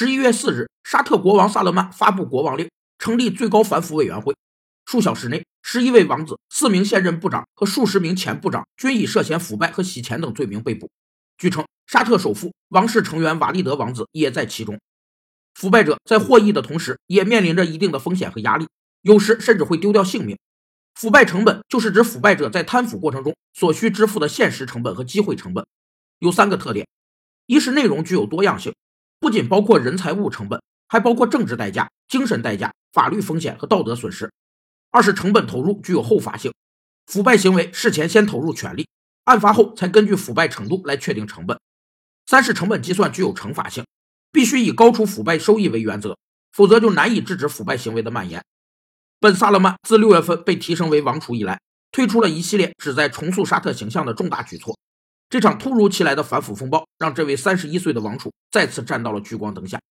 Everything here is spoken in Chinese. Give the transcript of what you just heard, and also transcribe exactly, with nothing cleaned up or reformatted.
十一月四日，沙特国王萨勒曼发布国王令，成立最高反腐委员会。数小时内，十一位王子、四名现任部长和数十名前部长均以涉嫌腐败和洗钱等罪名被捕。据称，沙特首富、王室成员瓦利德王子也在其中。腐败者在获益的同时，也面临着一定的风险和压力，有时甚至会丢掉性命。腐败成本就是指腐败者在贪腐过程中所需支付的现实成本和机会成本。有三个特点：一是内容具有多样性，不仅包括人财物成本，还包括政治代价、精神代价、法律风险和道德损失。二是成本投入具有后发性，腐败行为事前先投入权力，案发后才根据腐败程度来确定成本。三是成本计算具有惩罚性，必须以高出腐败收益为原则，否则就难以制止腐败行为的蔓延。本·萨勒曼自六月份被提升为王储以来，推出了一系列旨在重塑沙特形象的重大举措。这场突如其来的反腐风暴让这位三十一岁的王储再次站到了聚光灯下。